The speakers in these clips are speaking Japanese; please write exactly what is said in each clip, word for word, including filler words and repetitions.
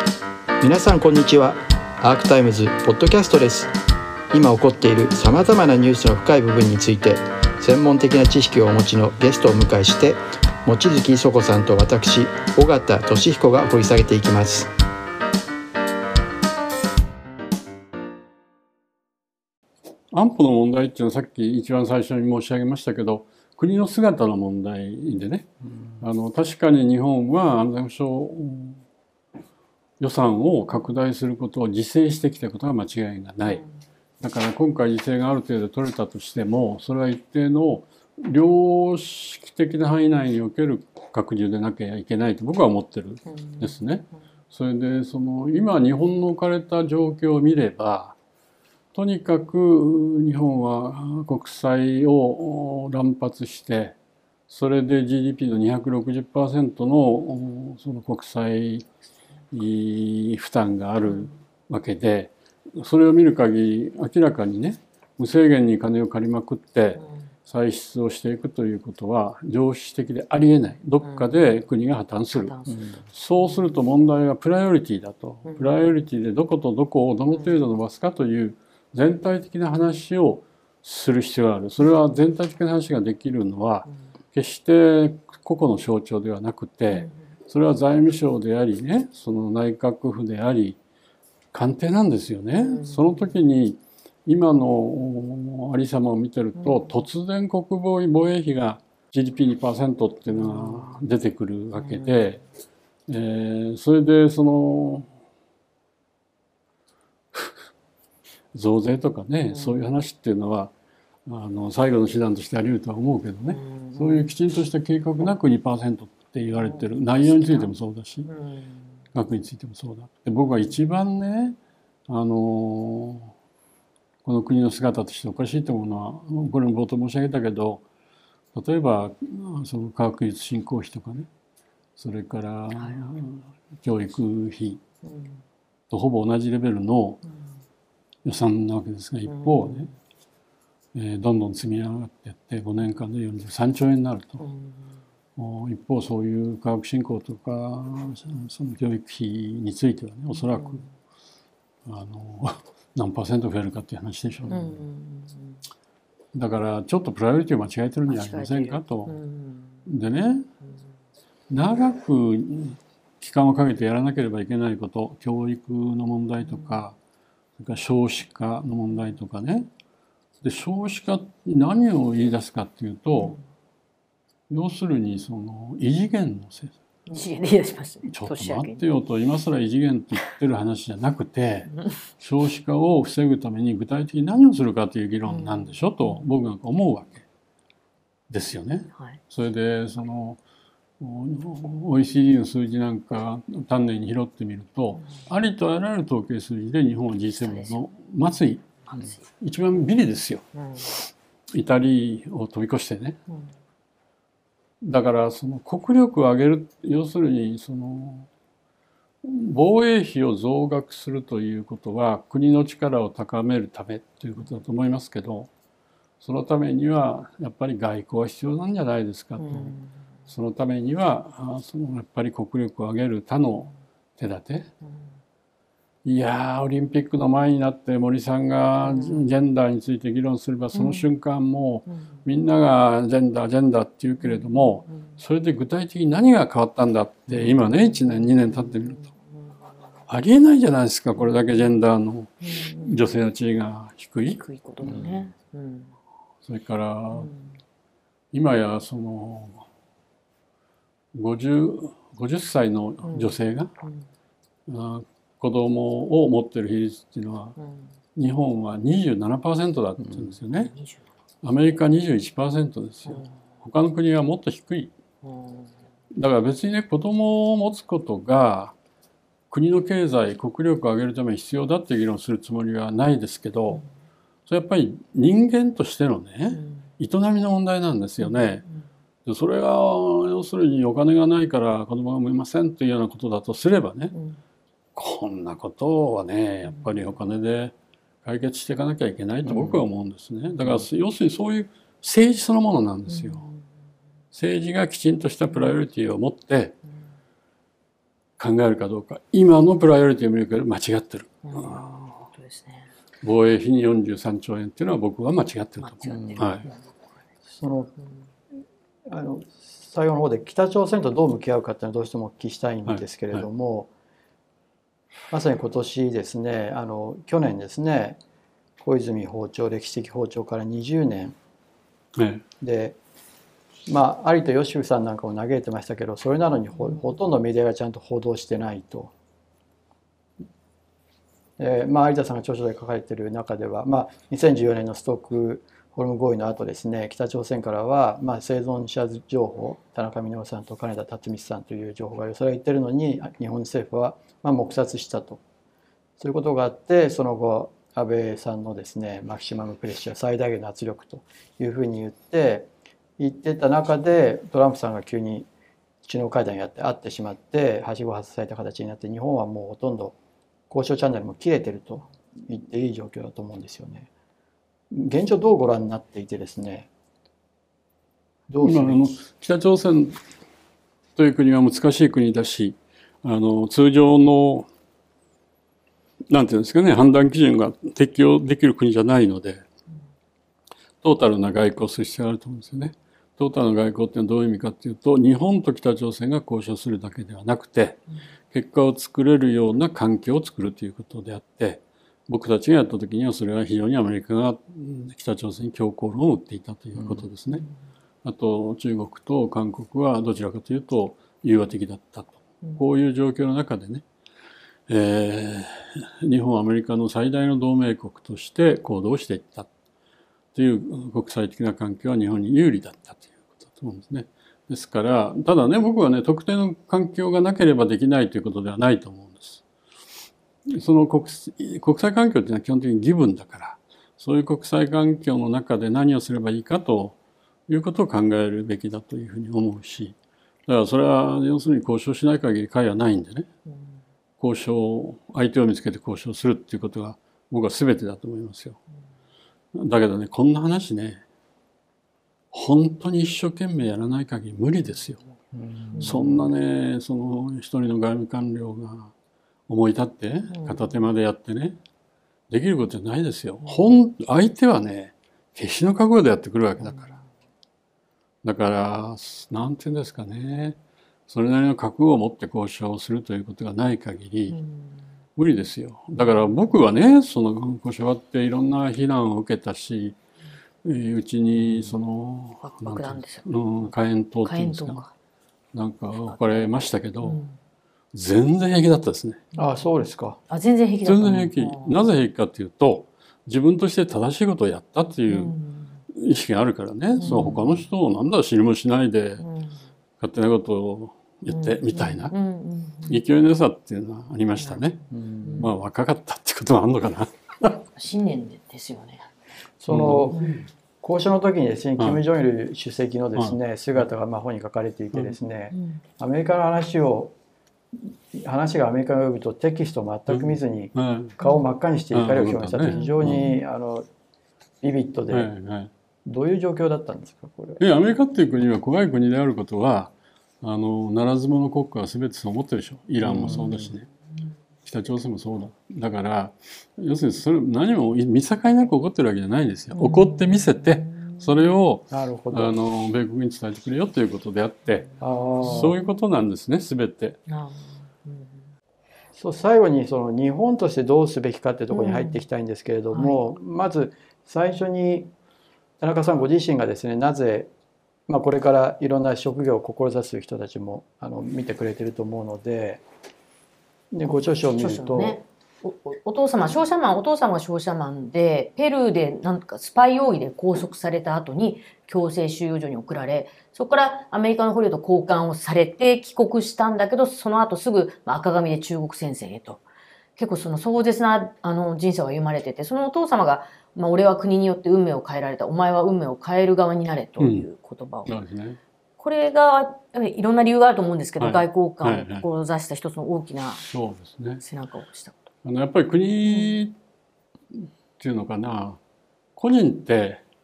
皆さんこんにちは。アークタイムズポッドキャストです。今起こっているさまざまなニュースの深い部分について専門的な知識をお持ちのゲストをお迎えして望月磯子さんと私尾形俊彦が掘り下げていきます。 安保の問題っていうのはさっき一番最初に申し上げましたけど、国の姿の問題でね、あの確かに日本は安全保障予算を拡大することを自制してきたことは間違いがない。だから今回自制がある程度取れたとしても、それは一定の良識的な範囲内における拡充でなきゃいけないと僕は思ってるんですね。それでその今日本の置かれた状況を見れば、とにかく日本は国債を乱発して、それで ジーディーピー の にひゃくろくじゅっパーセント のその国債負担があるわけで、それを見る限り明らかにね、無制限に金を借りまくって歳出をしていくということは常識的でありえない。どっかで国が破綻する。そうすると問題はプライオリティだと。プライオリティでどことどこをどの程度伸ばすかという全体的な話をする必要がある。それは全体的な話ができるのは決して個々の省庁ではなくて、それは財務省でありね、その内閣府であり官邸なんですよね。その時に今のありさまを見てると、突然国防防衛費が ジーディーピーにパーセント っていうのが出てくるわけで、えー、それでその増税とかね、そういう話っていうのはあの最後の手段としてあり得るとは思うけどね、そういうきちんとした計画なく にパーセント って言われてる内容についてもそうだし、額についてもそうだ。で僕は一番ね、あのこの国の姿としておかしいと思うのは、これも冒頭申し上げたけど、例えばその科学技術振興費とかね、それから教育費とほぼ同じレベルの予算なわけですが、一方ね、えー、どんどん積み上がっていってごねんかんでよんじゅうさんちょうえんになると。一方そういう科学振興とかその教育費についてはね、おそらくあの何パーセント増えるかっていう話でしょうね。だからちょっとプライオリティを間違えてるんじゃありませんかと。でね、長く期間をかけてやらなければいけないこと、教育の問題とか、それから少子化の問題とかね。で少子化に何を言い出すかっていうと、要するにその異次元の政策。 異次元で言い出しますね。 ちょっと待ってよと、今更異次元って言ってる話じゃなくて、少子化を防ぐために具体的に何をするかという議論なんでしょと僕なんか思うわけですよね。はい、それでその オーイーシーディー の数字なんか丹念に拾ってみると、ありとあらゆる統計数字で日本は ジーセブン の末位、一番ビリですよ。イタリアを飛び越してね。だからその国力を上げる、要するにその防衛費を増額するということは国の力を高めるためということだと思いますけど、そのためにはやっぱり外交は必要なんじゃないですかと。そのためにはそのやっぱり国力を上げる他の手立て。いやー、オリンピックの前になって森さんがジェンダーについて議論すれば、その瞬間もうみんながジェンダージェンダーって言うけれども、それで具体的に何が変わったんだって今ね、いちねんにねん経ってみるとありえないじゃないですか。これだけジェンダーの女性の地位が低い。 低いこともね。 それから今やそのごじゅう、ごじゅっさいの女性が子供を持っている比率っていうのは、日本は にじゅうななパーセント だったんですよね。アメリカ にじゅういちパーセント ですよ。他の国はもっと低い。だから別にね、子供を持つことが国の経済、国力を上げるために必要だっていう議論をするつもりはないですけど、それやっぱり人間としてのね、営みの問題なんですよね。それが要するにお金がないから子供が産めませんというようなことだとすればね、こんなことはね、やっぱりお金で解決していかなきゃいけないと僕は思うんですね。だから要するにそういう政治そのものなんですよ。政治がきちんとしたプライオリティを持って考えるかどうか、今のプライオリティを見るけど間違ってる。 うん、本当ですね。 防衛費によんじゅうさんちょうえんっていうのは僕は間違ってると思う。 間違ってる。 はい、 そのあの最後の方で北朝鮮とどう向き合うかっていうのはどうしてもお聞きしたいんですけれども、はいはい、まさに今年ですね、あの去年ですね、小泉訪朝、歴史的訪朝からにじゅうねんで、ね、まあ有田芳生さんなんかも嘆いてましたけど、それなのに ほ, ほとんどメディアがちゃんと報道してないと。えーまあ、有田さんが著書で書かれている中では、まあ、にせんじゅうよねんのストックホルム合意の後ですね、北朝鮮からは、まあ、生存者情報、田中稔さんと金田辰巳さんという情報がある、それは言ってるのに日本政府はまあ黙殺したと、そういうことがあって、その後安倍さんのですねマキシマムプレッシャー、最大限の圧力というふうに言って言ってた中で、トランプさんが急に首脳会談やって会ってしまってはしご外された形になって、日本はもうほとんど交渉チャンネルも切れてると言っていい状況だと思うんですよね。現状どうご覧になっていてですね、どうするべき？ 北朝鮮という国は難しい国だし、あの通常のなんていうんですかね、判断基準が適用できる国じゃないので、トータルな外交をする必要があると思うんですよね。トータルな外交っていうのはどういう意味かっていうと、日本と北朝鮮が交渉するだけではなくて、結果を作れるような環境を作るということであって、僕たちがやった時にはそれは非常にアメリカが北朝鮮に強硬論を打っていたということですね。あと中国と韓国はどちらかというと融和的だったと。こういう状況の中でね、えー、日本はアメリカの最大の同盟国として行動していったという国際的な環境は日本に有利だったということだと思うんですね。ですからただね、僕はね、特定の環境がなければできないということではないと思うんです。その 国, 国際環境っていうのは基本的にギブンだから、そういう国際環境の中で何をすればいいかということを考えるべきだというふうに思うし、だからそれは要するに交渉しない限り解はないんでね、交渉、相手を見つけて交渉するっていうことが僕は全てだと思いますよ。だけどね、こんな話ね、本当に一生懸命やらない限り無理ですよ。そんなね、その一人の外務官僚が思い立って片手間でやってね、できることじゃないですよ。本相手はね、決死の覚悟でやってくるわけだから。だからなんていうんですかね、それなりの覚悟を持って交渉をするということがない限り無理ですよ。だから僕はね、その交渉終わっていろんな非難を受けたし、うちにその爆弾ですよ、 うん、火炎灯っていうんですか、なんか置かれましたけど、うん、全然平気だったですね。 ああ、そうですか。 あ、全然平気だった。 全然平気。なぜ平気かというと、自分として正しいことをやったっていう意識があるからね、うん、その他の人をなんだ知りもしないで、うん、勝手なことを言って、うん、みたいな、うん、勢いの良さっていうのはありましたね。うん、まあ若かったってこともあるのかな。 信念ですよね。 その、うん、交渉の時にですね、キム・ジョンイル主席のですね、姿がまあ本に書かれていてですね、アメリカの話を話がアメリカが呼ぶとテキストを全く見ずに顔を真っ赤にして怒りを表現したと、非常にあのビビッドで、どういう状況だったんですか、これ。 えアメリカっていう国は怖い国であることはあのならず者国家は全てそう思ってるでしょ。イランもそうだしね、北朝鮮もそうだ。だから要するにそれ何も見境なく起こってるわけじゃないんですよ。起こってみせてそれをあの米国に伝えてくれよということであって、そういうことなんですね、全て。 そう、最後にその日本としてどうすべきかっていうところに入っていきたいんですけれども、うんはい、まず最初に田中さんご自身がですね、なぜ、まあ、これからいろんな職業を志す人たちもあの見てくれてると思うので、でご著書を見ると、ね、 お, お父様商社マンお父様が商社マンでペルーでなんかスパイ容疑で拘束された後に強制収容所に送られ、そこからアメリカの捕虜と交換をされて帰国したんだけど、その後すぐ赤紙で中国戦線へと、結構その壮絶なあの人生を歩まれてて、そのお父様が、まあ、俺は国によって運命を変えられた、お前は運命を変える側になれという言葉を、うんね、これがいろんな理由があると思うんですけど、はい、外交官を志した一つの大きな背中を押したこと。 あのやっぱり国っていうのかな、個人って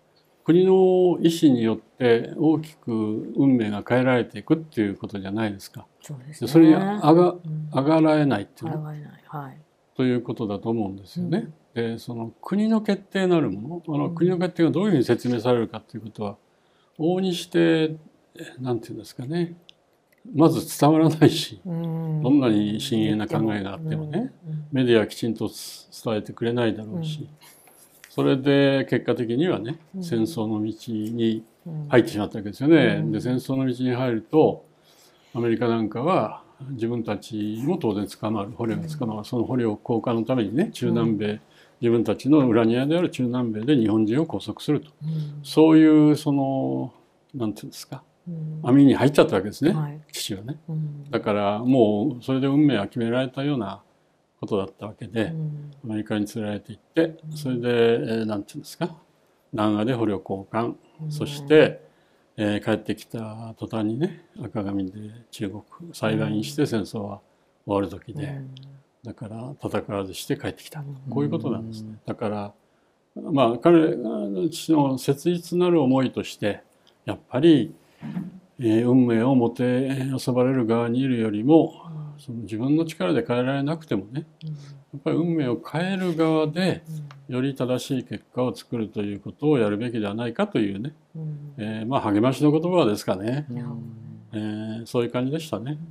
国の意思によって大きく運命が変えられていくっていうことじゃないですか。 そうですね。 それにあが、 うん、 あがらえないっていうね、 あがれない、はい、 ということだと思うんですよね。 うん、 でその国の決定なるもの、あの国の決定がどういうふうに説明されるかということは往々にしてなんていうんですかね、まず伝わらないし、うん、どんなに深遠な考えがあってもね、うん、メディアはきちんと伝えてくれないだろうし、うん、それで結果的にはね、うん、戦争の道に入ってしまったわけですよね。うん、で戦争の道に入るとアメリカなんかは自分たちも当然捕まる、捕虜が捕まる、うん、その捕虜交換のためにね、中南米、うん、自分たちの裏庭である中南米で日本人を拘束すると、うん、そういうそのなんていうんですか、うん、網に入っちゃったわけですね、はい、父はね、うん、だからもうそれで運命は決められたようなことだったわけで、うん、アメリカに連れられていって、それで、えー、なんていうんですか、南アで捕虜交換、うん、そしてえー、帰ってきた途端にね、赤紙で中国裁判員して戦争は終わる時で、うん、だから戦わずして帰ってきた、うん、こういうことなんですね。だからまあ彼の父の切実なる思いとしてやっぱり、えー、運命をもてあそばれる側にいるよりも、うん、その自分の力で変えられなくてもね、うん、やっぱり運命を変える側でより正しい結果を作るということをやるべきではないかというね、うん、えー、まあ励ましの言葉ですかね、うん、えー、そういう感じでしたね。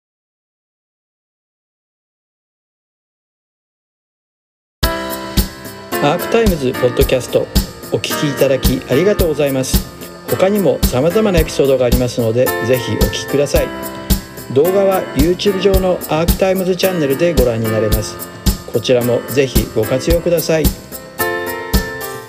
アークタイムズポッドキャストお聞きいただきありがとうございます。他にも様々なエピソードがありますのでぜひお聞きください。動画は YouTube 上のアークタイムズチャンネルでご覧になれます。こちらもぜひご活用ください。